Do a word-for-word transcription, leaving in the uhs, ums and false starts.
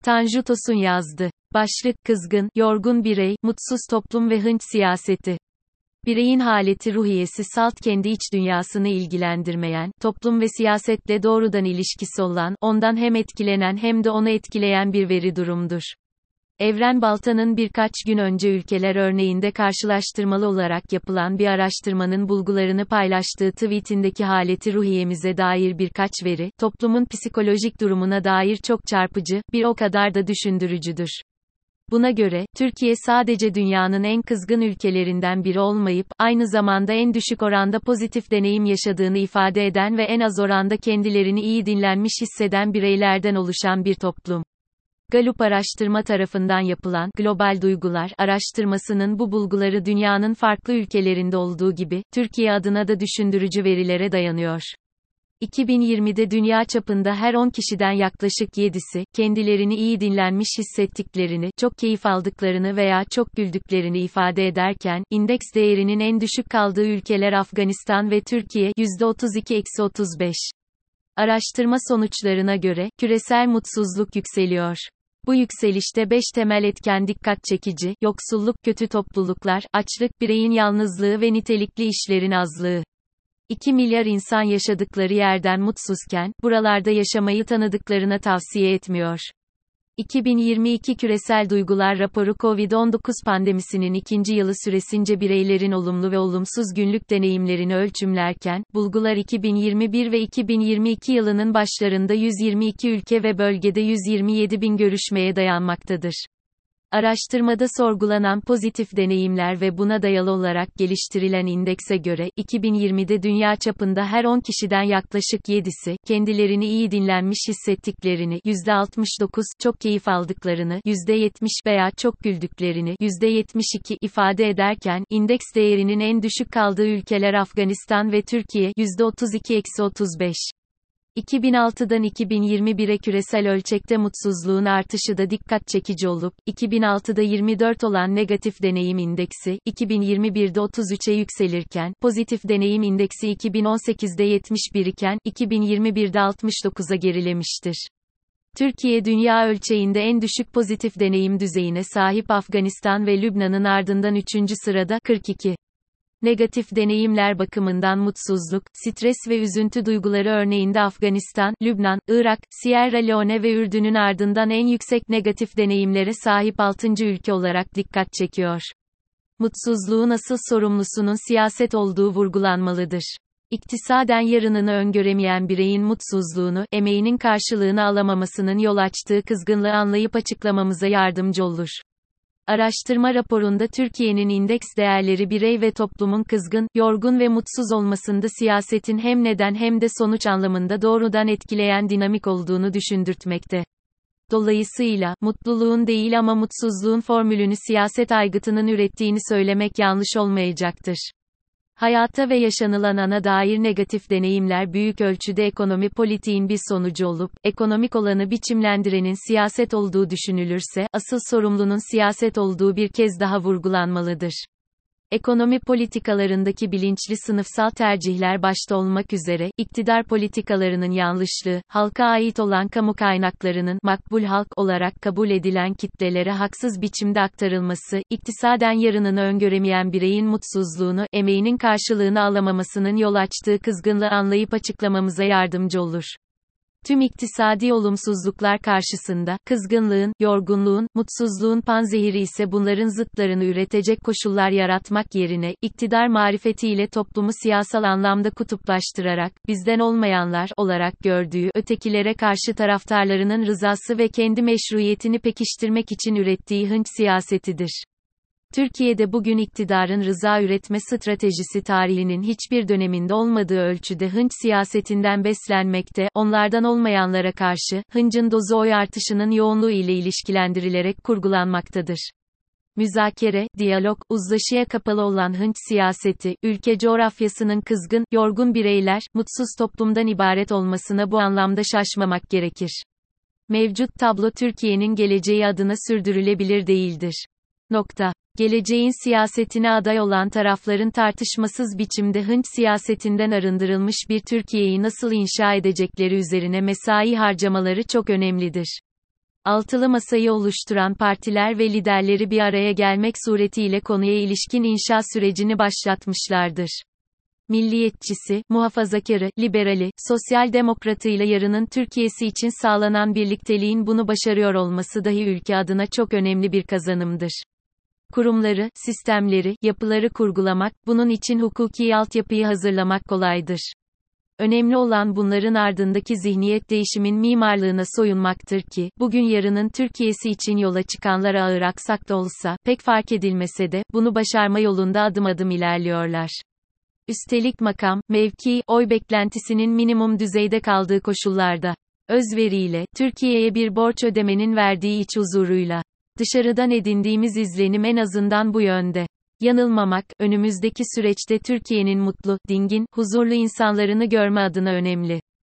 Tanju Tosun yazdı. Başlık: Kızgın, yorgun birey, mutsuz toplum ve hınç siyaseti. Bireyin haleti ruhiyesi salt kendi iç dünyasını ilgilendirmeyen, toplum ve siyasetle doğrudan ilişkisi olan, ondan hem etkilenen hem de onu etkileyen bir veri durumdur. Evren Balta'nın birkaç gün önce ülkeler örneğinde karşılaştırmalı olarak yapılan bir araştırmanın bulgularını paylaştığı tweetindeki haleti ruhiyemize dair birkaç veri, toplumun psikolojik durumuna dair çok çarpıcı, bir o kadar da düşündürücüdür. Buna göre, Türkiye sadece dünyanın en kızgın ülkelerinden biri olmayıp, aynı zamanda en düşük oranda pozitif deneyim yaşadığını ifade eden ve en az oranda kendilerini iyi dinlenmiş hisseden bireylerden oluşan bir toplum. Gallup araştırma tarafından yapılan Global Duygular araştırmasının bu bulguları dünyanın farklı ülkelerinde olduğu gibi, Türkiye adına da düşündürücü verilere dayanıyor. iki bin yirmide dünya çapında her on kişiden yaklaşık yedisi, kendilerini iyi dinlenmiş hissettiklerini, çok keyif aldıklarını veya çok güldüklerini ifade ederken, indeks değerinin en düşük kaldığı ülkeler Afganistan ve Türkiye, yüzde otuz iki otuz beş. Araştırma sonuçlarına göre, küresel mutsuzluk yükseliyor. Bu yükselişte beş temel etken dikkat çekici: yoksulluk, kötü topluluklar, açlık, bireyin yalnızlığı ve nitelikli işlerin azlığı. iki milyar insan yaşadıkları yerden mutsuzken, buralarda yaşamayı tanıdıklarına tavsiye etmiyor. iki bin yirmi iki Küresel Duygular Raporu Covid on dokuz pandemisinin ikinci yılı süresince bireylerin olumlu ve olumsuz günlük deneyimlerini ölçümlerken, bulgular iki bin yirmi bir ve iki bin yirmi iki yılının başlarında yüz yirmi iki ülke ve bölgede yüz yirmi yedi bin görüşmeye dayanmaktadır. Araştırmada sorgulanan pozitif deneyimler ve buna dayalı olarak geliştirilen indekse göre, iki bin yirmide dünya çapında her on kişiden yaklaşık yedisi, kendilerini iyi dinlenmiş hissettiklerini, yüzde altmış dokuz, çok keyif aldıklarını, yüzde yetmiş veya çok güldüklerini, yüzde yetmiş iki ifade ederken, indeks değerinin en düşük kaldığı ülkeler Afganistan ve Türkiye, yüzde otuz iki otuz beş. iki bin altıdan iki bin yirmi bire küresel ölçekte mutsuzluğun artışı da dikkat çekici olup, iki bin altıda yirmi dört olan negatif deneyim indeksi, iki bin yirmi birde otuz üçe yükselirken, pozitif deneyim indeksi iki bin on sekizde yetmiş bir iken, iki bin yirmi birde altmış dokuza gerilemiştir. Türkiye dünya ölçeğinde en düşük pozitif deneyim düzeyine sahip Afganistan ve Lübnan'ın ardından üçüncü sırada, kırk iki. Negatif deneyimler bakımından mutsuzluk, stres ve üzüntü duyguları örneğinde Afganistan, Lübnan, Irak, Sierra Leone ve Ürdün'ün ardından en yüksek negatif deneyimlere sahip altıncı ülke olarak dikkat çekiyor. Mutsuzluğun asıl sorumlusunun siyaset olduğu vurgulanmalıdır. İktisaden yarınını öngöremeyen bireyin mutsuzluğunu, emeğinin karşılığını alamamasının yol açtığı kızgınlığı anlayıp açıklamamıza yardımcı olur. Araştırma raporunda Türkiye'nin indeks değerleri birey ve toplumun kızgın, yorgun ve mutsuz olmasında siyasetin hem neden hem de sonuç anlamında doğrudan etkileyen dinamik olduğunu düşündürtmekte. Dolayısıyla, mutluluğun değil ama mutsuzluğun formülünü siyaset aygıtının ürettiğini söylemek yanlış olmayacaktır. Hayata ve yaşanılana dair negatif deneyimler büyük ölçüde ekonomi politiğin bir sonucu olup, ekonomik olanı biçimlendirenin siyaset olduğu düşünülürse, asıl sorumlunun siyaset olduğu bir kez daha vurgulanmalıdır. Ekonomi politikalarındaki bilinçli sınıfsal tercihler başta olmak üzere, iktidar politikalarının yanlışlığı, halka ait olan kamu kaynaklarının, makbul halk olarak kabul edilen kitlelere haksız biçimde aktarılması, iktisaden yarınını öngöremeyen bireyin mutsuzluğunu, emeğinin karşılığını alamamasının yol açtığı kızgınlığı anlayıp açıklamamıza yardımcı olur. Tüm iktisadi olumsuzluklar karşısında, kızgınlığın, yorgunluğun, mutsuzluğun panzehiri ise bunların zıtlarını üretecek koşullar yaratmak yerine, iktidar marifetiyle toplumu siyasal anlamda kutuplaştırarak, bizden olmayanlar olarak gördüğü, ötekilere karşı taraftarlarının rızası ve kendi meşruiyetini pekiştirmek için ürettiği hınç siyasetidir. Türkiye'de bugün iktidarın rıza üretme stratejisi tarihinin hiçbir döneminde olmadığı ölçüde hınç siyasetinden beslenmekte, onlardan olmayanlara karşı, hıncın dozu oy artışının yoğunluğu ile ilişkilendirilerek kurgulanmaktadır. Müzakere, diyalog, uzlaşıya kapalı olan hınç siyaseti, ülke coğrafyasının kızgın, yorgun bireyler, mutsuz toplumdan ibaret olmasına bu anlamda şaşmamak gerekir. Mevcut tablo Türkiye'nin geleceği adına sürdürülebilir değildir. Nokta. Geleceğin siyasetine aday olan tarafların tartışmasız biçimde hınç siyasetinden arındırılmış bir Türkiye'yi nasıl inşa edecekleri üzerine mesai harcamaları çok önemlidir. Altılı masayı oluşturan partiler ve liderleri bir araya gelmek suretiyle konuya ilişkin inşa sürecini başlatmışlardır. Milliyetçisi, muhafazakarı, liberali, sosyal demokratıyla yarının Türkiye'si için sağlanan birlikteliğin bunu başarıyor olması dahi ülke adına çok önemli bir kazanımdır. Kurumları, sistemleri, yapıları kurgulamak, bunun için hukuki altyapıyı hazırlamak kolaydır. Önemli olan bunların ardındaki zihniyet değişimin mimarlığına soyunmaktır ki, bugün yarının Türkiye'si için yola çıkanlar ağır aksak da olsa, pek fark edilmese de, bunu başarma yolunda adım adım ilerliyorlar. Üstelik makam, mevki, oy beklentisinin minimum düzeyde kaldığı koşullarda, özveriyle, Türkiye'ye bir borç ödemenin verdiği iç huzuruyla, dışarıdan edindiğimiz izlenim en azından bu yönde. Yanılmamak, önümüzdeki süreçte Türkiye'nin mutlu, dingin, huzurlu insanlarını görme adına önemli.